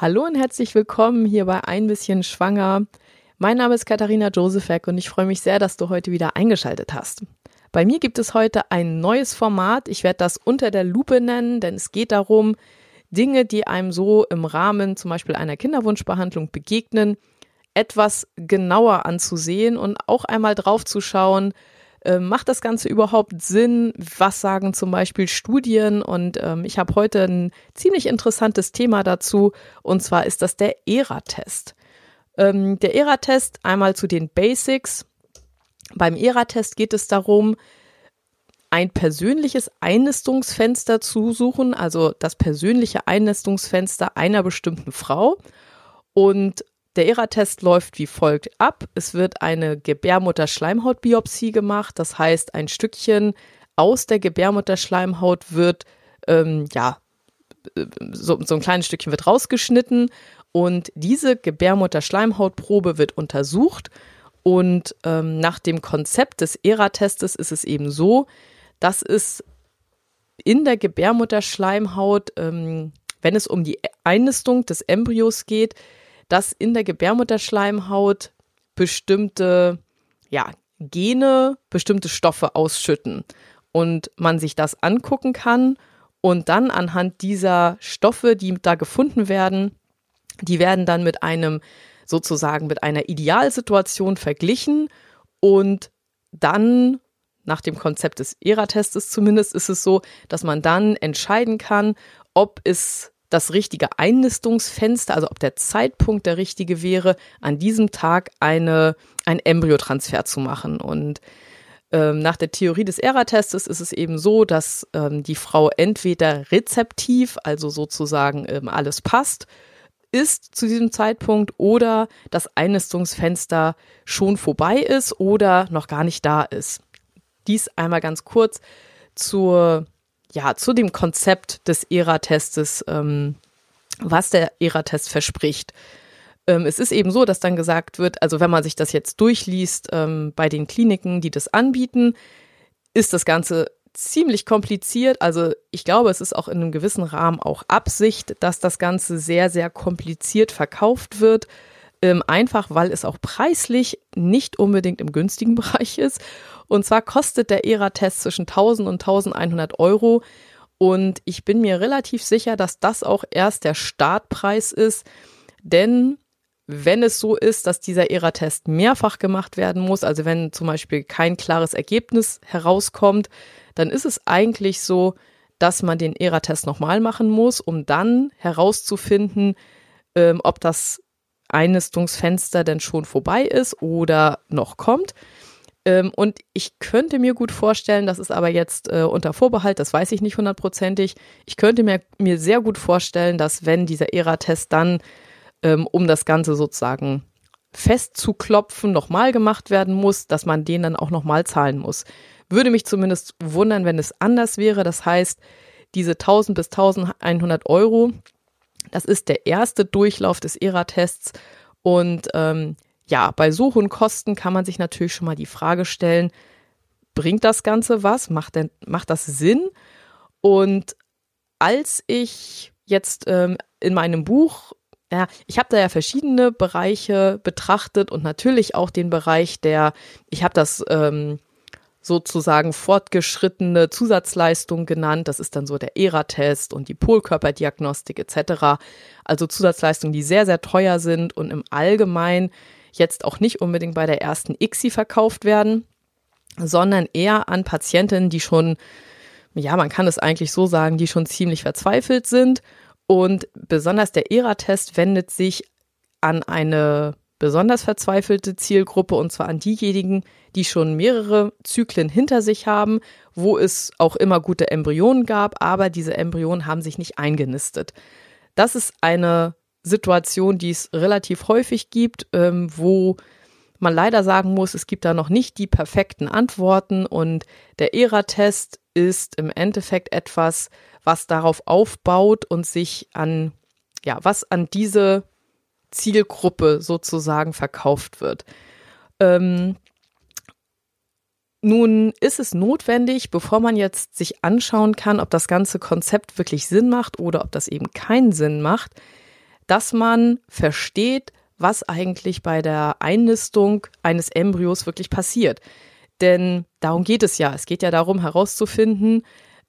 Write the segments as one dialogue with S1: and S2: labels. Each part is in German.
S1: Hallo und herzlich willkommen hier bei Ein bisschen schwanger. Mein Name ist Katharina Josefek und ich freue mich sehr, dass du heute wieder eingeschaltet hast. Bei mir gibt es heute ein neues Format. Ich werde das unter der Lupe nennen, denn es geht darum, Dinge, die einem so im Rahmen zum Beispiel einer Kinderwunschbehandlung begegnen, etwas genauer anzusehen und auch einmal drauf zu schauen, macht das Ganze überhaupt Sinn? Was sagen zum Beispiel Studien? Und ich habe heute ein ziemlich interessantes Thema dazu, und zwar ist das der ERA-Test. Der ERA-Test, einmal zu den Basics. Beim ERA-Test geht es darum, ein persönliches Einnistungsfenster zu suchen, also das persönliche Einnistungsfenster einer bestimmten Frau. Und der ERA-Test läuft wie folgt ab. Es wird eine Gebärmutterschleimhautbiopsie gemacht. Das heißt, ein Stückchen aus der Gebärmutterschleimhaut wird, so ein kleines Stückchen wird rausgeschnitten und diese Gebärmutterschleimhautprobe wird untersucht. Und nach dem Konzept des ERA-Testes ist es eben so, dass es in der Gebärmutterschleimhaut, wenn es um die Einnistung des Embryos geht, dass in der Gebärmutterschleimhaut bestimmte Gene, bestimmte Stoffe ausschütten und man sich das angucken kann und dann anhand dieser Stoffe, die da gefunden werden, die werden dann mit einer Idealsituation verglichen und dann, nach dem Konzept des ERA-Testes zumindest, ist es so, dass man dann entscheiden kann, ob es das richtige Einnistungsfenster, also ob der Zeitpunkt der richtige wäre, an diesem Tag ein Embryotransfer zu machen. Und nach der Theorie des ERA-Testes ist es eben so, dass die Frau entweder rezeptiv, also sozusagen alles passt, ist zu diesem Zeitpunkt oder das Einnistungsfenster schon vorbei ist oder noch gar nicht da ist. Dies einmal ganz kurz zu dem Konzept des ERA-Testes, was der ERA-Test verspricht. Es ist eben so, dass dann gesagt wird, also wenn man sich das jetzt durchliest bei den Kliniken, die das anbieten, ist das Ganze ziemlich kompliziert. Also ich glaube, es ist auch in einem gewissen Rahmen auch Absicht, dass das Ganze sehr, sehr kompliziert verkauft wird. Einfach, weil es auch preislich nicht unbedingt im günstigen Bereich ist. Und zwar kostet der ERA-Test zwischen 1.000 und 1.100 Euro. Und ich bin mir relativ sicher, dass das auch erst der Startpreis ist. Denn wenn es so ist, dass dieser ERA-Test mehrfach gemacht werden muss, also wenn zum Beispiel kein klares Ergebnis herauskommt, dann ist es eigentlich so, dass man den ERA-Test nochmal machen muss, um dann herauszufinden, ob das Einnistungsfenster denn schon vorbei ist oder noch kommt. Und ich könnte mir gut vorstellen, das ist aber jetzt unter Vorbehalt, das weiß ich nicht hundertprozentig, ich könnte mir sehr gut vorstellen, dass wenn dieser ERA-Test dann, um das Ganze sozusagen festzuklopfen, nochmal gemacht werden muss, dass man den dann auch nochmal zahlen muss. Würde mich zumindest wundern, wenn es anders wäre. Das heißt, diese 1.000 bis 1.100 Euro, das ist der erste Durchlauf des ERA-Tests und bei so hohen Kosten kann man sich natürlich schon mal die Frage stellen, bringt das Ganze was? Macht das Sinn? Und als ich jetzt in meinem Buch, ich habe da ja verschiedene Bereiche betrachtet und natürlich auch den Bereich ich habe das sozusagen fortgeschrittene Zusatzleistung genannt. Das ist dann so der ERA-Test und die Polkörperdiagnostik etc. Also Zusatzleistungen, die sehr, sehr teuer sind und im Allgemeinen jetzt auch nicht unbedingt bei der ersten ICSI verkauft werden, sondern eher an Patientinnen, die schon, man kann es eigentlich so sagen, die schon ziemlich verzweifelt sind. Und besonders der ERA-Test wendet sich an eine besonders verzweifelte Zielgruppe, und zwar an diejenigen, die schon mehrere Zyklen hinter sich haben, wo es auch immer gute Embryonen gab, aber diese Embryonen haben sich nicht eingenistet. Das ist eine Situation, die es relativ häufig gibt, wo man leider sagen muss, es gibt da noch nicht die perfekten Antworten und der ERA-Test ist im Endeffekt etwas, was darauf aufbaut und sich was an diese Zielgruppe sozusagen verkauft wird. Nun ist es notwendig, bevor man jetzt sich anschauen kann, ob das ganze Konzept wirklich Sinn macht oder ob das eben keinen Sinn macht, dass man versteht, was eigentlich bei der Einnistung eines Embryos wirklich passiert. Denn darum geht es ja. Es geht ja darum herauszufinden,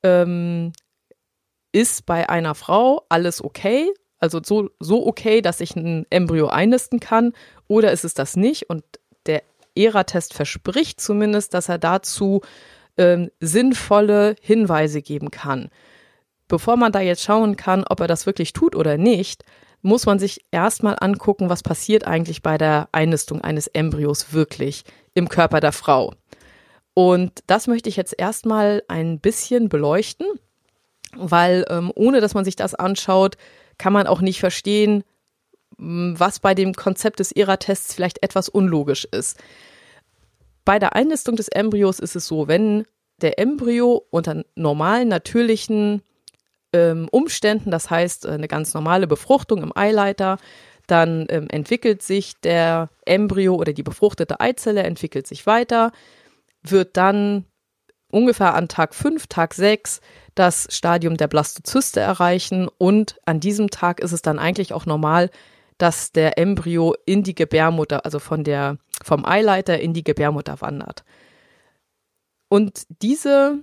S1: ist bei einer Frau alles okay? Also so okay, dass ich ein Embryo einnisten kann, oder ist es das nicht? Und der ERA-Test verspricht zumindest, dass er dazu sinnvolle Hinweise geben kann. Bevor man da jetzt schauen kann, ob er das wirklich tut oder nicht, muss man sich erstmal angucken, was passiert eigentlich bei der Einnistung eines Embryos wirklich im Körper der Frau. Und das möchte ich jetzt erstmal ein bisschen beleuchten, weil ohne dass man sich das anschaut, kann man auch nicht verstehen, was bei dem Konzept des ERA-Tests vielleicht etwas unlogisch ist. Bei der Einnistung des Embryos ist es so, wenn der Embryo unter normalen, natürlichen Umständen, das heißt eine ganz normale Befruchtung im Eileiter, dann entwickelt sich der Embryo oder die befruchtete Eizelle entwickelt sich weiter, wird dann ungefähr an Tag 5, Tag 6 das Stadium der Blastozyste erreichen und an diesem Tag ist es dann eigentlich auch normal, dass der Embryo in die Gebärmutter, also vom Eileiter in die Gebärmutter wandert. Und dieser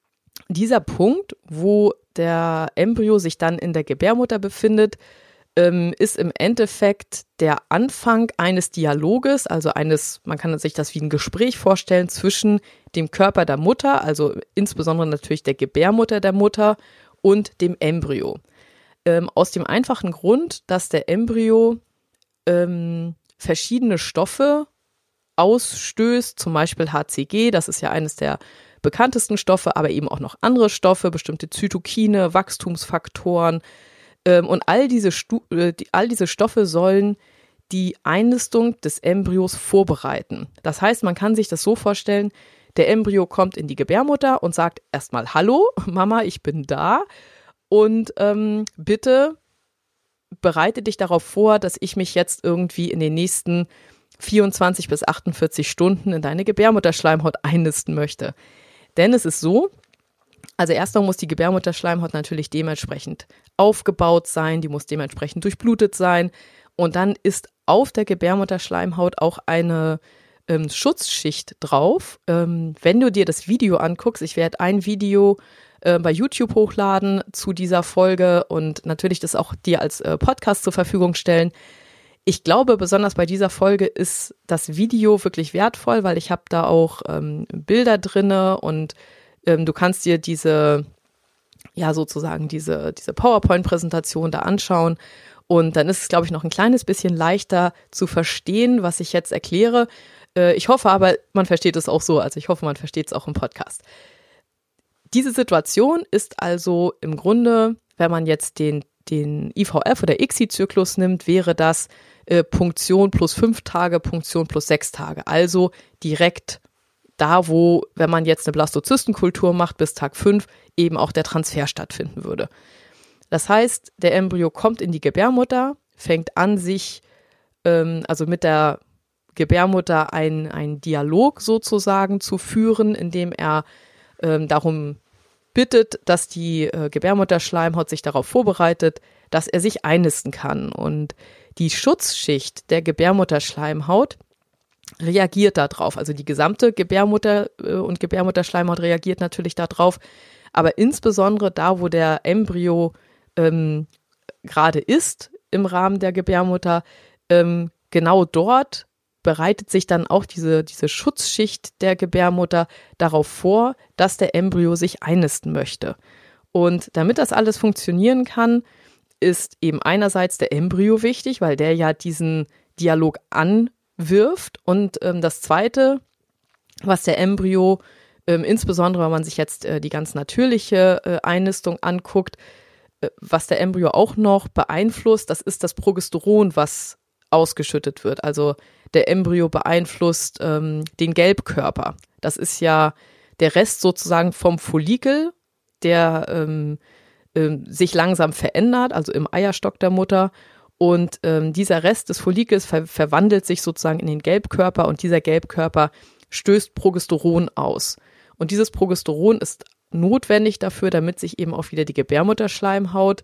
S1: Punkt, wo der Embryo sich dann in der Gebärmutter befindet, ist im Endeffekt der Anfang eines Dialoges, also man kann sich das wie ein Gespräch vorstellen zwischen dem Körper der Mutter, also insbesondere natürlich der Gebärmutter der Mutter und dem Embryo. Aus dem einfachen Grund, dass der Embryo verschiedene Stoffe ausstößt, zum Beispiel HCG, das ist ja eines der bekanntesten Stoffe, aber eben auch noch andere Stoffe, bestimmte Zytokine, Wachstumsfaktoren, und all diese Stoffe sollen die Einnistung des Embryos vorbereiten. Das heißt, man kann sich das so vorstellen, der Embryo kommt in die Gebärmutter und sagt erstmal: Hallo, Mama, ich bin da und bitte bereite dich darauf vor, dass ich mich jetzt irgendwie in den nächsten 24 bis 48 Stunden in deine Gebärmutterschleimhaut einnisten möchte. Denn es ist so, also erstmal muss die Gebärmutterschleimhaut natürlich dementsprechend aufgebaut sein, die muss dementsprechend durchblutet sein und dann ist auf der Gebärmutterschleimhaut auch eine Schutzschicht drauf. Wenn du dir das Video anguckst, ich werde ein Video bei YouTube hochladen zu dieser Folge und natürlich das auch dir als Podcast zur Verfügung stellen. Ich glaube, besonders bei dieser Folge ist das Video wirklich wertvoll, weil ich habe da auch Bilder drinne und du kannst dir diese PowerPoint-Präsentation da anschauen und dann ist es, glaube ich, noch ein kleines bisschen leichter zu verstehen, was ich jetzt erkläre. Ich hoffe aber, man versteht es auch so, also ich hoffe, man versteht es auch im Podcast. Diese Situation ist also im Grunde, wenn man jetzt den IVF oder ICSI-Zyklus nimmt, wäre das Punktion plus 5 Tage, Punktion plus 6 Tage, also direkt da, wo, wenn man jetzt eine Blastozystenkultur macht, bis Tag 5 eben auch der Transfer stattfinden würde. Das heißt, der Embryo kommt in die Gebärmutter, fängt an, sich also mit der Gebärmutter ein Dialog sozusagen zu führen, indem er darum bittet, dass die Gebärmutterschleimhaut sich darauf vorbereitet, dass er sich einnisten kann. Und die Schutzschicht der Gebärmutterschleimhaut reagiert darauf. Also die gesamte Gebärmutter und Gebärmutterschleimhaut reagiert natürlich darauf, aber insbesondere da, wo der Embryo gerade ist im Rahmen der Gebärmutter, genau dort bereitet sich dann auch diese Schutzschicht der Gebärmutter darauf vor, dass der Embryo sich einnisten möchte. Und damit das alles funktionieren kann, ist eben einerseits der Embryo wichtig, weil der ja diesen Dialog anwirft. Und das Zweite, was der Embryo, insbesondere wenn man sich jetzt die ganz natürliche Einnistung anguckt, was der Embryo auch noch beeinflusst, das ist das Progesteron, was ausgeschüttet wird. Also der Embryo beeinflusst den Gelbkörper. Das ist ja der Rest sozusagen vom Follikel, der sich langsam verändert, also im Eierstock der Mutter. Und dieser Rest des Follikels verwandelt sich sozusagen in den Gelbkörper und dieser Gelbkörper stößt Progesteron aus. Und dieses Progesteron ist notwendig dafür, damit sich eben auch wieder die Gebärmutterschleimhaut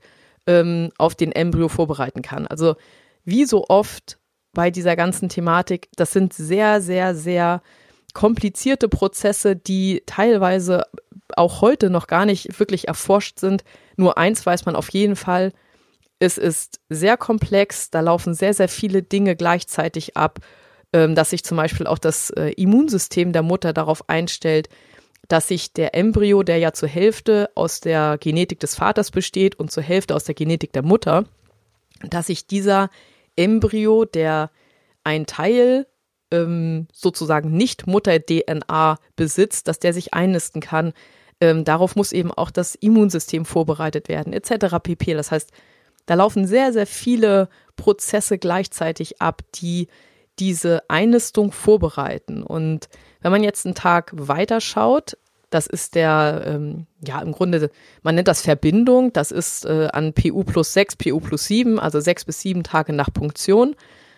S1: auf den Embryo vorbereiten kann. Also wie so oft bei dieser ganzen Thematik, das sind sehr, sehr, sehr komplizierte Prozesse, die teilweise auch heute noch gar nicht wirklich erforscht sind. Nur eins weiß man auf jeden Fall, es ist sehr komplex, da laufen sehr, sehr viele Dinge gleichzeitig ab, dass sich zum Beispiel auch das Immunsystem der Mutter darauf einstellt, dass sich der Embryo, der ja zur Hälfte aus der Genetik des Vaters besteht und zur Hälfte aus der Genetik der Mutter, dass sich dieser Embryo, der ein Teil sozusagen nicht Mutter-DNA besitzt, dass der sich einnisten kann, darauf muss eben auch das Immunsystem vorbereitet werden, etc. pp. Das heißt, da laufen sehr, sehr viele Prozesse gleichzeitig ab, die diese Einnistung vorbereiten. Und wenn man jetzt einen Tag weiterschaut, das ist der, im Grunde, man nennt das Verbindung, das ist an PU+6, PU+7, also 6 bis 7 Tage nach Punktion.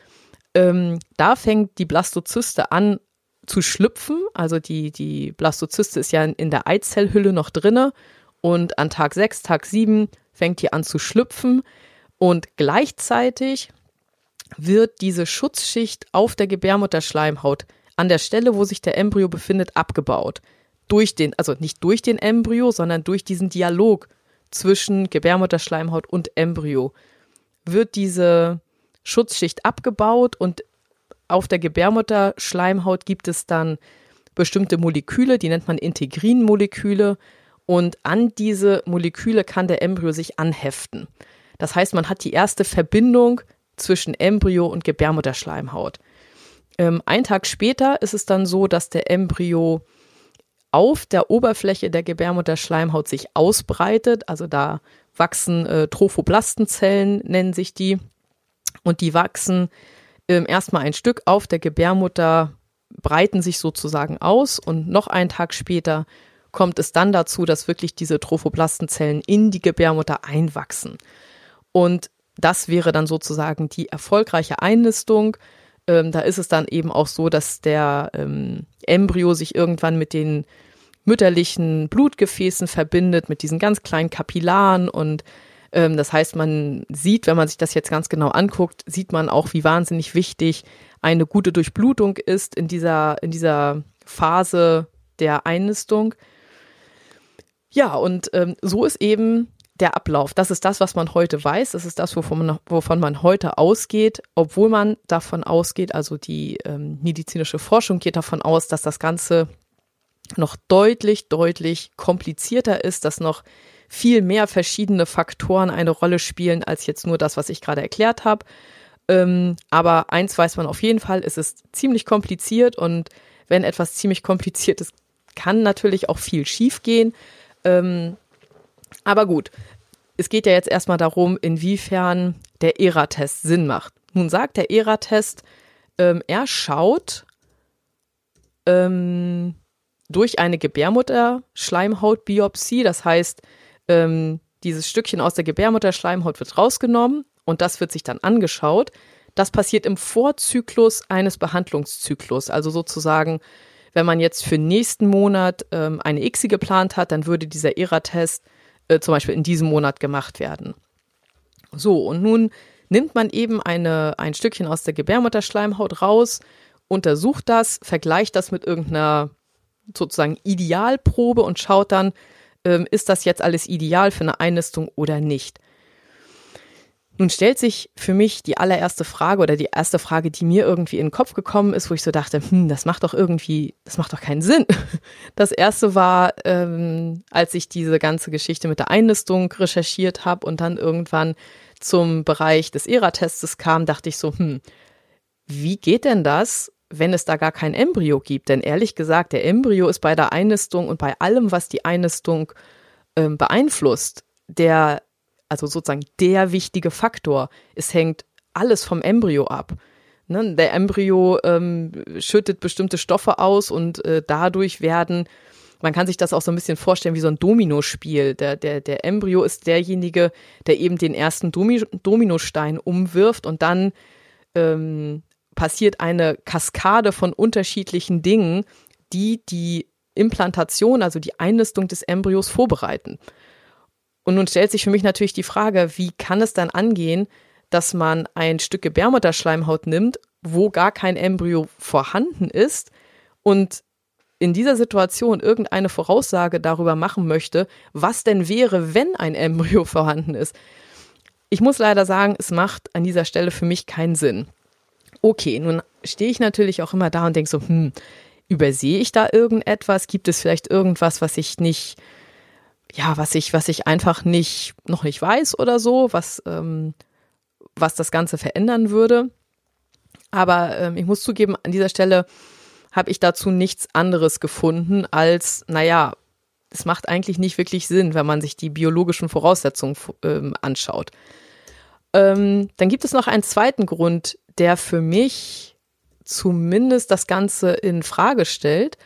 S1: Da fängt die Blastozyste an zu schlüpfen, also die Blastozyste ist ja in der Eizellhülle noch drinne und an Tag 6, Tag 7 fängt die an zu schlüpfen und gleichzeitig wird diese Schutzschicht auf der Gebärmutterschleimhaut an der Stelle, wo sich der Embryo befindet, abgebaut. Also nicht durch den Embryo, sondern durch diesen Dialog zwischen Gebärmutterschleimhaut und Embryo wird diese Schutzschicht abgebaut und auf der Gebärmutterschleimhaut gibt es dann bestimmte Moleküle, die nennt man Integrinmoleküle und an diese Moleküle kann der Embryo sich anheften. Das heißt, man hat die erste Verbindung zwischen Embryo und Gebärmutterschleimhaut. Einen Tag später ist es dann so, dass der Embryo auf der Oberfläche der Gebärmutterschleimhaut sich ausbreitet. Also da wachsen Trophoblastenzellen, nennen sich die. Und die wachsen erstmal ein Stück auf der Gebärmutter, breiten sich sozusagen aus. Und noch einen Tag später kommt es dann dazu, dass wirklich diese Trophoblastenzellen in die Gebärmutter einwachsen. Und das wäre dann sozusagen die erfolgreiche Einnistung. Da ist es dann eben auch so, dass der Embryo sich irgendwann mit den mütterlichen Blutgefäßen verbindet, mit diesen ganz kleinen Kapillaren und das heißt, man sieht, wenn man sich das jetzt ganz genau anguckt, sieht man auch, wie wahnsinnig wichtig eine gute Durchblutung ist in dieser Phase der Einnistung. Ja, und so ist eben der Ablauf. Das ist das, was man heute weiß. Das ist das, wovon man heute ausgeht, obwohl man davon ausgeht, also die medizinische Forschung geht davon aus, dass das Ganze noch deutlich, deutlich komplizierter ist, dass noch viel mehr verschiedene Faktoren eine Rolle spielen, als jetzt nur das, was ich gerade erklärt habe. Aber eins weiß man auf jeden Fall, es ist ziemlich kompliziert und wenn etwas ziemlich kompliziert ist, kann natürlich auch viel schief gehen. Aber gut, es geht ja jetzt erstmal darum, inwiefern der ERA-Test Sinn macht. Nun sagt der ERA-Test, er schaut durch eine Gebärmutterschleimhautbiopsie, das heißt, dieses Stückchen aus der Gebärmutterschleimhaut wird rausgenommen und das wird sich dann angeschaut. Das passiert im Vorzyklus eines Behandlungszyklus. Also sozusagen, wenn man jetzt für nächsten Monat eine ICSI geplant hat, dann würde dieser ERA-Test zum Beispiel in diesem Monat gemacht werden. So, und nun nimmt man eben ein Stückchen aus der Gebärmutterschleimhaut raus, untersucht das, vergleicht das mit irgendeiner sozusagen Idealprobe und schaut dann, ist das jetzt alles ideal für eine Einnistung oder nicht. Nun stellt sich für mich die allererste Frage oder die erste Frage, die mir irgendwie in den Kopf gekommen ist, wo ich so dachte, das macht doch keinen Sinn. Das erste war, als ich diese ganze Geschichte mit der Einnistung recherchiert habe und dann irgendwann zum Bereich des ERA-Testes kam, dachte ich so, wie geht denn das, wenn es da gar kein Embryo gibt? Denn ehrlich gesagt, der Embryo ist bei der Einnistung und bei allem, was die Einnistung beeinflusst, also sozusagen der wichtige Faktor. Es hängt alles vom Embryo ab. Ne? Der Embryo schüttet bestimmte Stoffe aus und dadurch man kann sich das auch so ein bisschen vorstellen wie so ein Dominospiel. Der Embryo ist derjenige, der eben den ersten Dominostein umwirft und dann passiert eine Kaskade von unterschiedlichen Dingen, die Implantation, also die Einnistung des Embryos vorbereiten. Und nun stellt sich für mich natürlich die Frage, wie kann es dann angehen, dass man ein Stück Gebärmutterschleimhaut nimmt, wo gar kein Embryo vorhanden ist und in dieser Situation irgendeine Voraussage darüber machen möchte, was denn wäre, wenn ein Embryo vorhanden ist. Ich muss leider sagen, es macht an dieser Stelle für mich keinen Sinn. Okay, nun stehe ich natürlich auch immer da und denke so, übersehe ich da irgendetwas? Gibt es vielleicht irgendwas, was ich nicht, ja, was ich einfach noch nicht weiß oder so, was das Ganze verändern würde? Aber ich muss zugeben, an dieser Stelle habe ich dazu nichts anderes gefunden als, es macht eigentlich nicht wirklich Sinn, wenn man sich die biologischen Voraussetzungen anschaut. Dann gibt es noch einen zweiten Grund, der für mich zumindest das Ganze in Frage stellt.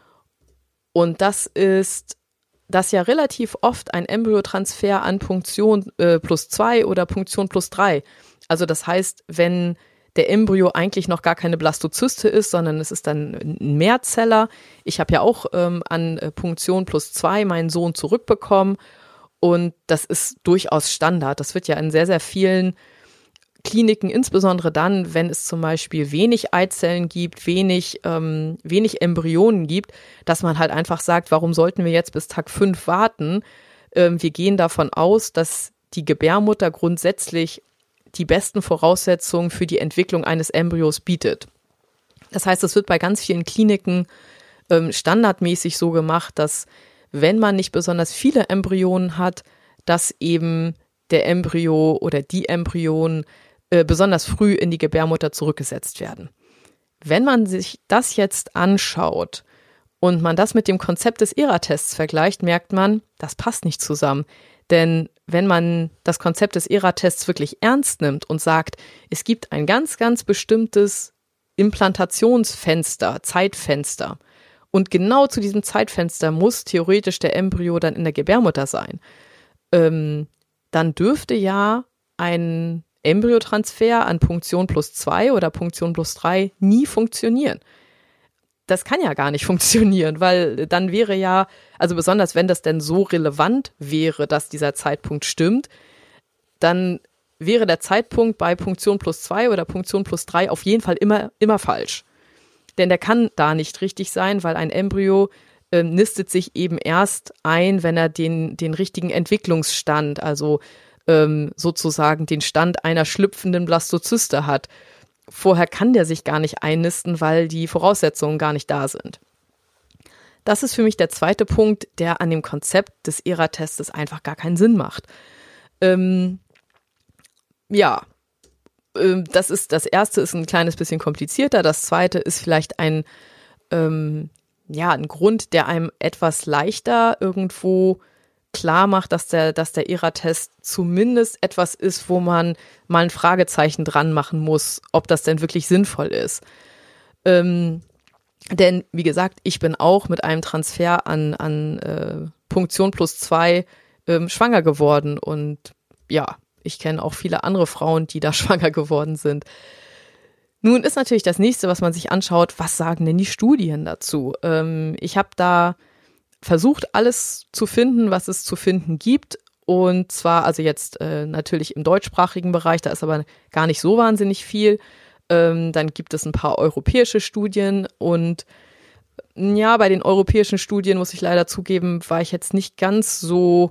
S1: Und das ist, dass ja relativ oft ein Embryotransfer an Punktion +2 oder Punktion +3, also das heißt, wenn der Embryo eigentlich noch gar keine Blastozyste ist, sondern es ist dann ein Mehrzeller. Ich habe ja auch an Punktion +2 meinen Sohn zurückbekommen und das ist durchaus Standard. Das wird ja in sehr, sehr vielen Kliniken, insbesondere dann, wenn es zum Beispiel wenig Eizellen gibt, wenig Embryonen gibt, dass man halt einfach sagt, warum sollten wir jetzt bis Tag 5 warten? Wir gehen davon aus, dass die Gebärmutter grundsätzlich die besten Voraussetzungen für die Entwicklung eines Embryos bietet. Das heißt, es wird bei ganz vielen Kliniken standardmäßig so gemacht, dass wenn man nicht besonders viele Embryonen hat, dass eben der Embryo oder die Embryonen besonders früh in die Gebärmutter zurückgesetzt werden. Wenn man sich das jetzt anschaut und man das mit dem Konzept des ERA-Tests vergleicht, merkt man, das passt nicht zusammen. Denn wenn man das Konzept des ERA-Tests wirklich ernst nimmt und sagt, es gibt ein ganz, ganz bestimmtes Implantationsfenster, Zeitfenster, und genau zu diesem Zeitfenster muss theoretisch der Embryo dann in der Gebärmutter sein, dann dürfte ja ein Embryotransfer an Punktion +2 oder Punktion +3 nie funktionieren. Das kann ja gar nicht funktionieren, weil dann wäre ja, also besonders wenn das denn so relevant wäre, dass dieser Zeitpunkt stimmt, dann wäre der Zeitpunkt bei Punktion +2 oder Punktion +3 auf jeden Fall immer falsch. Denn der kann da nicht richtig sein, weil ein Embryo nistet sich eben erst ein, wenn er den richtigen Entwicklungsstand, also sozusagen den Stand einer schlüpfenden Blastozyste hat. Vorher kann der sich gar nicht einnisten, weil die Voraussetzungen gar nicht da sind. Das ist für mich der zweite Punkt, der an dem Konzept des ERA-Testes einfach gar keinen Sinn macht. Das erste ist ein kleines bisschen komplizierter. Das zweite ist vielleicht ein Grund, der einem etwas leichter irgendwo klar macht, dass der ERA-Test zumindest etwas ist, wo man mal ein Fragezeichen dran machen muss, ob das denn wirklich sinnvoll ist. Denn, wie gesagt, ich bin auch mit einem Transfer an Punktion +2 schwanger geworden und ja, ich kenne auch viele andere Frauen, die da schwanger geworden sind. Nun ist natürlich das nächste, was man sich anschaut, was sagen denn die Studien dazu? Ich habe da versucht, alles zu finden, was es zu finden gibt. Und zwar, also jetzt natürlich im deutschsprachigen Bereich, da ist aber gar nicht so wahnsinnig viel. Dann gibt es ein paar europäische Studien und ja, bei den europäischen Studien, muss ich leider zugeben, war ich jetzt nicht ganz so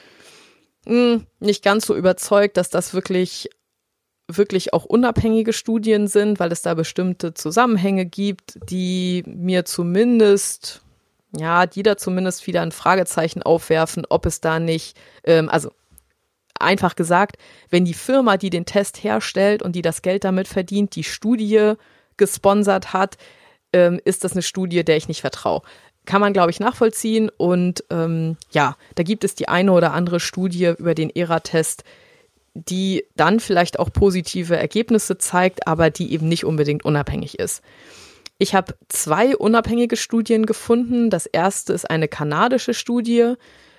S1: überzeugt, dass das wirklich auch unabhängige Studien sind, weil es da bestimmte Zusammenhänge gibt, die da zumindest wieder ein Fragezeichen aufwerfen, ob es da nicht, also einfach gesagt, wenn die Firma, die den Test herstellt und die das Geld damit verdient, die Studie gesponsert hat, ist das eine Studie, der ich nicht vertraue. Kann man, glaube ich, nachvollziehen und da gibt es die eine oder andere Studie über den ERA-Test, die dann vielleicht auch positive Ergebnisse zeigt, aber die eben nicht unbedingt unabhängig ist. Ich habe 2 unabhängige Studien gefunden. Das erste ist eine kanadische Studie.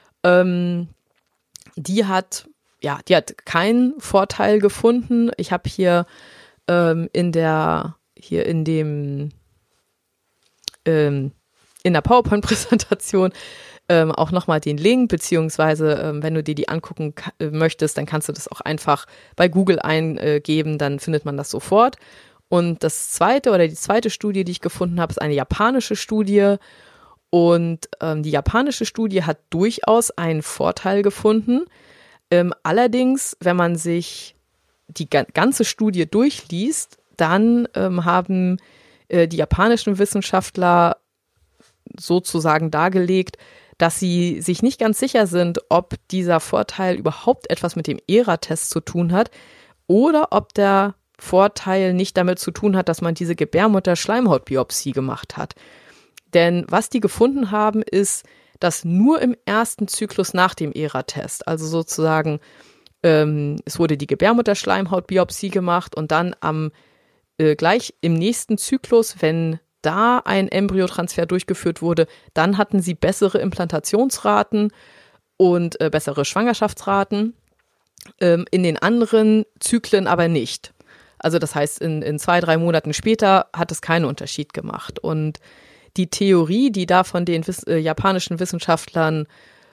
S1: Die hat keinen Vorteil gefunden. Ich habe hier in der PowerPoint-Präsentation auch nochmal den Link, beziehungsweise wenn du dir die angucken möchtest, dann kannst du das auch einfach bei Google eingeben, dann findet man das sofort. Und die zweite Studie, die ich gefunden habe, ist eine japanische Studie. Und die japanische Studie hat durchaus einen Vorteil gefunden. Allerdings, wenn man sich die ganze Studie durchliest, dann haben die japanischen Wissenschaftler sozusagen dargelegt, dass sie sich nicht ganz sicher sind, ob dieser Vorteil überhaupt etwas mit dem ERA-Test zu tun hat oder ob der Vorteil nicht damit zu tun hat, dass man diese Gebärmutter-Schleimhautbiopsie gemacht hat. Denn was die gefunden haben, ist, dass nur im ersten Zyklus nach dem ERA-Test, also sozusagen, es wurde die Gebärmutter-Schleimhautbiopsie gemacht und dann gleich im nächsten Zyklus, wenn da ein Embryotransfer durchgeführt wurde, dann hatten sie bessere Implantationsraten und bessere Schwangerschaftsraten, in den anderen Zyklen aber nicht. Also das heißt, in 2-3 Monaten später hat es keinen Unterschied gemacht. Und die Theorie, die da von den japanischen Wissenschaftlern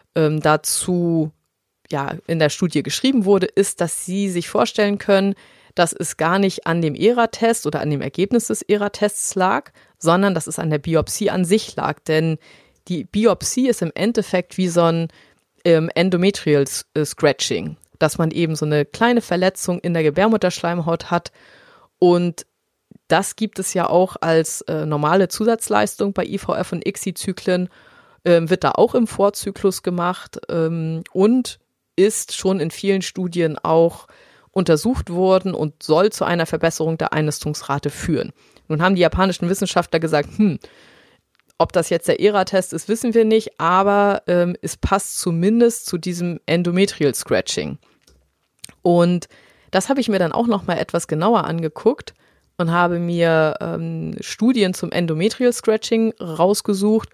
S1: dazu in der Studie geschrieben wurde, ist, dass sie sich vorstellen können, dass es gar nicht an dem ERA-Test oder an dem Ergebnis des ERA-Tests lag, sondern dass es an der Biopsie an sich lag. Denn die Biopsie ist im Endeffekt wie so ein Endometrial Scratching, dass man eben so eine kleine Verletzung in der Gebärmutterschleimhaut hat. Und das gibt es ja auch als normale Zusatzleistung bei IVF und ICSI-Zyklen, wird da auch im Vorzyklus gemacht und ist schon in vielen Studien auch untersucht worden und soll zu einer Verbesserung der Einnistungsrate führen. Nun haben die japanischen Wissenschaftler gesagt, ob das jetzt der ERA-Test ist, wissen wir nicht, aber es passt zumindest zu diesem Endometrial Scratching. Und das habe ich mir dann auch noch mal etwas genauer angeguckt und habe mir Studien zum Endometrial Scratching rausgesucht.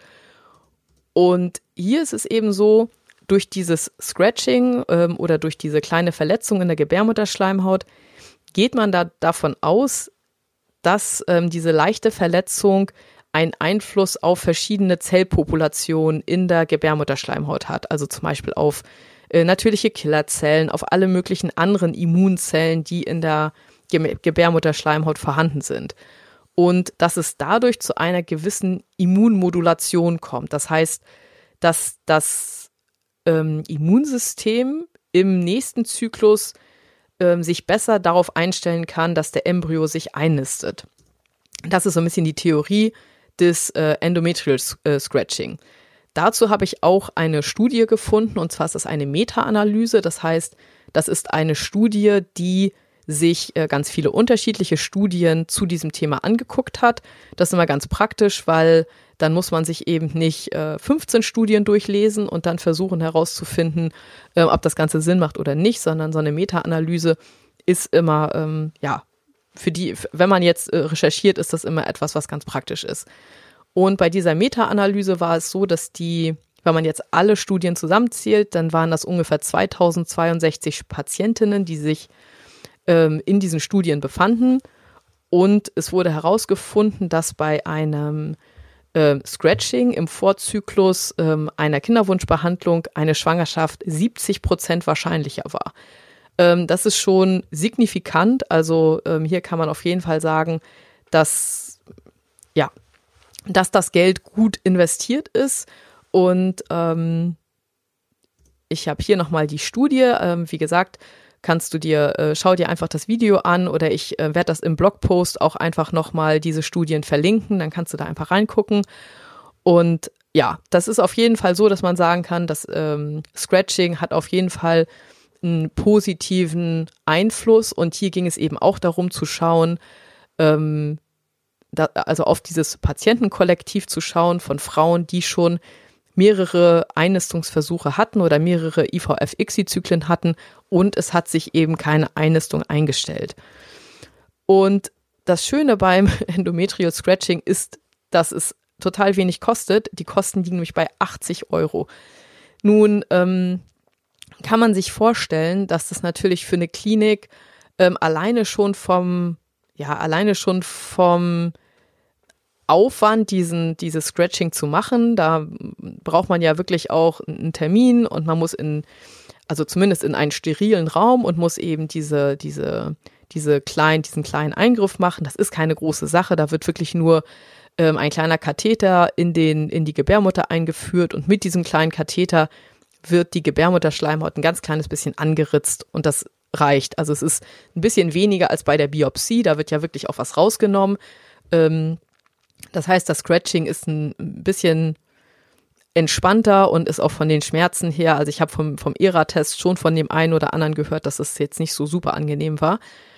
S1: Und hier ist es eben so, durch dieses Scratching oder durch diese kleine Verletzung in der Gebärmutterschleimhaut geht man davon aus, dass diese leichte Verletzung einen Einfluss auf verschiedene Zellpopulationen in der Gebärmutterschleimhaut hat. Also zum Beispiel auf natürliche Killerzellen, auf alle möglichen anderen Immunzellen, die in der Gebärmutterschleimhaut vorhanden sind. Und dass es dadurch zu einer gewissen Immunmodulation kommt. Das heißt, dass das Immunsystem im nächsten Zyklus sich besser darauf einstellen kann, dass der Embryo sich einnistet. Das ist so ein bisschen die Theorie des Endometrial Scratching. Dazu habe ich auch eine Studie gefunden, und zwar ist das eine Meta-Analyse. Das heißt, das ist eine Studie, die sich ganz viele unterschiedliche Studien zu diesem Thema angeguckt hat. Das ist immer ganz praktisch, weil dann muss man sich eben nicht 15 Studien durchlesen und dann versuchen herauszufinden, ob das Ganze Sinn macht oder nicht, sondern so eine Meta-Analyse ist immer, wenn man jetzt recherchiert, ist das immer etwas, was ganz praktisch ist. Und bei dieser Meta-Analyse war es so, dass wenn man jetzt alle Studien zusammenzählt, dann waren das ungefähr 2062 Patientinnen, die sich in diesen Studien befanden. Und es wurde herausgefunden, dass bei einem Scratching im Vorzyklus einer Kinderwunschbehandlung eine Schwangerschaft 70% wahrscheinlicher war. Das ist schon signifikant. Also hier kann man auf jeden Fall sagen, dass das Geld gut investiert ist. Und ich habe hier nochmal die Studie. Wie gesagt, schau dir einfach das Video an, oder ich werde das im Blogpost auch einfach nochmal diese Studien verlinken, dann kannst du da einfach reingucken. Und ja, das ist auf jeden Fall so, dass man sagen kann, dass Scratching hat auf jeden Fall einen positiven Einfluss, und hier ging es eben auch darum zu schauen, also auf dieses Patientenkollektiv zu schauen von Frauen, die schon mehrere Einnistungsversuche hatten oder mehrere IVF-ICSI-Zyklen hatten, und es hat sich eben keine Einnistung eingestellt. Und das Schöne beim Endometrial Scratching ist, dass es total wenig kostet. Die Kosten liegen nämlich bei 80 €. Nun kann man sich vorstellen, dass das natürlich für eine Klinik alleine schon vom Aufwand, dieses Scratching zu machen. Da braucht man ja wirklich auch einen Termin und man muss also zumindest in einen sterilen Raum und muss eben diesen kleinen Eingriff machen. Das ist keine große Sache. Da wird wirklich nur ein kleiner Katheter in die Gebärmutter eingeführt und mit diesem kleinen Katheter wird die Gebärmutterschleimhaut ein ganz kleines bisschen angeritzt und das reicht. Also es ist ein bisschen weniger als bei der Biopsie. Da wird ja wirklich auch was rausgenommen. Das heißt, das Scratching ist ein bisschen entspannter und ist auch von den Schmerzen her, also ich habe vom ERA-Test schon von dem einen oder anderen gehört, dass es jetzt nicht so super angenehm war.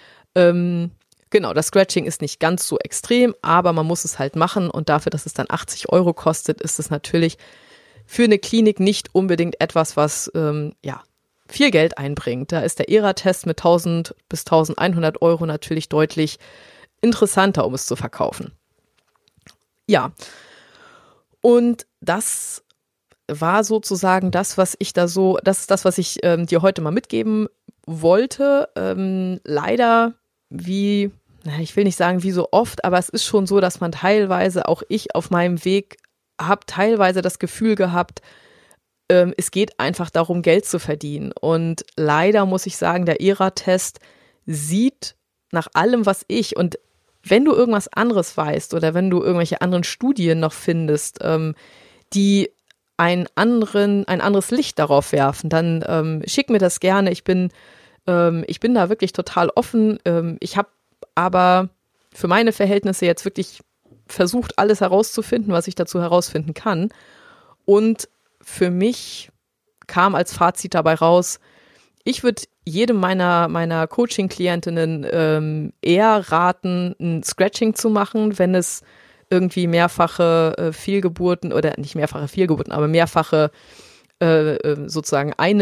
S1: Genau, das Scratching ist nicht ganz so extrem, aber man muss es halt machen und dafür, dass es dann 80 € kostet, ist es natürlich für eine Klinik nicht unbedingt etwas, was viel Geld einbringt. Da ist der ERA-Test mit 1.000 bis 1.100 € natürlich deutlich interessanter, um es zu verkaufen. Ja, und das war sozusagen das, was ich das ist das, was ich dir heute mal mitgeben wollte. Leider ich will nicht sagen wie so oft, aber es ist schon so, dass man teilweise, auch ich auf meinem Weg, habe teilweise das Gefühl gehabt, es geht einfach darum, Geld zu verdienen. Und leider muss ich sagen, der ERA-Test sieht nach allem, was und wenn du irgendwas anderes weißt oder wenn du irgendwelche anderen Studien noch findest, die ein anderes Licht darauf werfen, dann schick mir das gerne. Ich bin da wirklich total offen. Ich habe aber für meine Verhältnisse jetzt wirklich versucht, alles herauszufinden, was ich dazu herausfinden kann. Und für mich kam als Fazit dabei raus, ich würde jedem meiner Coaching-Klientinnen eher raten, ein Scratching zu machen, wenn es irgendwie mehrfache Fehlgeburten oder nicht mehrfache Fehlgeburten, aber mehrfache sozusagen ein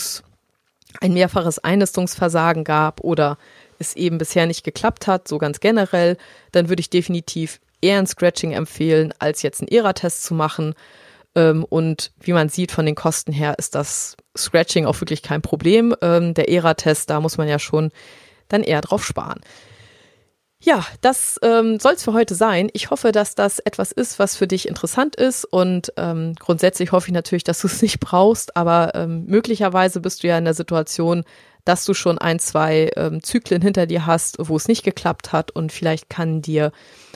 S1: mehrfaches Einnistungsversagen gab oder es eben bisher nicht geklappt hat, so ganz generell, dann würde ich definitiv eher ein Scratching empfehlen, als jetzt einen ERA-Test zu machen. Und wie man sieht, von den Kosten her ist das Scratching auch wirklich kein Problem. Der ERA-Test, da muss man ja schon dann eher drauf sparen. Ja, das soll es für heute sein. Ich hoffe, dass das etwas ist, was für dich interessant ist und grundsätzlich hoffe ich natürlich, dass du es nicht brauchst, aber möglicherweise bist du ja in der Situation, dass du schon 1-2 Zyklen hinter dir hast, wo es nicht geklappt hat und vielleicht kann dir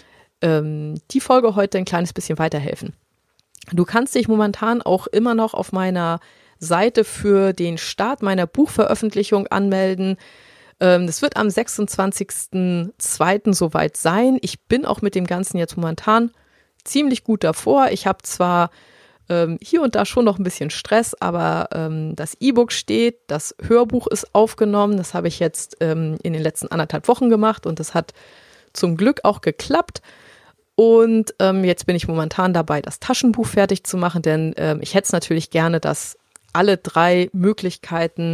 S1: die Folge heute ein kleines bisschen weiterhelfen. Du kannst dich momentan auch immer noch auf meiner Seite für den Start meiner Buchveröffentlichung anmelden. Das wird am 26.02. soweit sein. Ich bin auch mit dem Ganzen jetzt momentan ziemlich gut davor. Ich habe zwar hier und da schon noch ein bisschen Stress, aber das E-Book steht, das Hörbuch ist aufgenommen. Das habe ich jetzt in den letzten 1,5 Wochen gemacht und das hat zum Glück auch geklappt. Und jetzt bin ich momentan dabei, das Taschenbuch fertig zu machen, denn ich hätte es natürlich gerne, dass alle 3 Möglichkeiten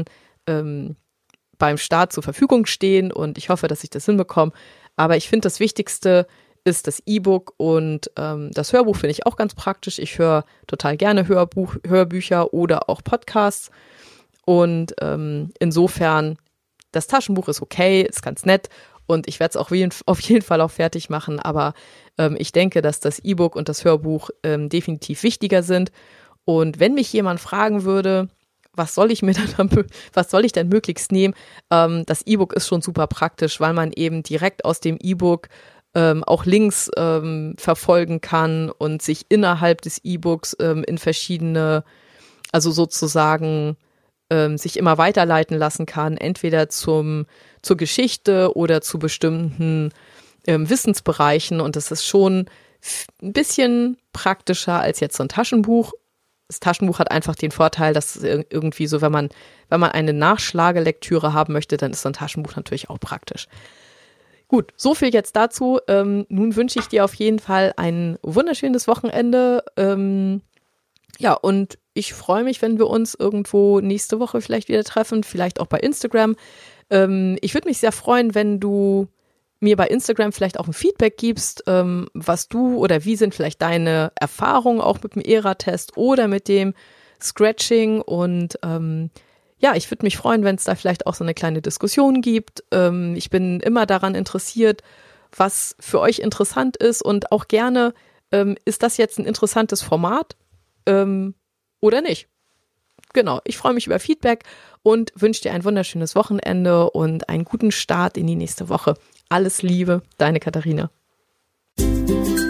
S1: beim Start zur Verfügung stehen und ich hoffe, dass ich das hinbekomme. Aber ich finde, das Wichtigste ist das E-Book und das Hörbuch finde ich auch ganz praktisch. Ich höre total gerne Hörbücher oder auch Podcasts und insofern, das Taschenbuch ist okay, ist ganz nett und ich werde es auch auf jeden Fall auch fertig machen, aber ich denke, dass das E-Book und das Hörbuch definitiv wichtiger sind. Und wenn mich jemand fragen würde, was soll ich denn möglichst nehmen? Das E-Book ist schon super praktisch, weil man eben direkt aus dem E-Book auch Links verfolgen kann und sich innerhalb des E-Books in verschiedene, also sozusagen sich immer weiterleiten lassen kann, entweder zur Geschichte oder zu bestimmten Wissensbereichen und das ist schon ein bisschen praktischer als jetzt so ein Taschenbuch. Das Taschenbuch hat einfach den Vorteil, dass es irgendwie so, wenn man eine Nachschlagelektüre haben möchte, dann ist so ein Taschenbuch natürlich auch praktisch. Gut, so viel jetzt dazu. Nun wünsche ich dir auf jeden Fall ein wunderschönes Wochenende. Ja, und ich freue mich, wenn wir uns irgendwo nächste Woche vielleicht wieder treffen, vielleicht auch bei Instagram. Ich würde mich sehr freuen, wenn du mir bei Instagram vielleicht auch ein Feedback gibst, was du oder wie sind vielleicht deine Erfahrungen auch mit dem ERA-Test oder mit dem Scratching und ja, ich würde mich freuen, wenn es da vielleicht auch so eine kleine Diskussion gibt. Ich bin immer daran interessiert, was für euch interessant ist und auch gerne, ist das jetzt ein interessantes Format oder nicht? Genau, ich freue mich über Feedback und wünsche dir ein wunderschönes Wochenende und einen guten Start in die nächste Woche. Alles Liebe, deine Katharina.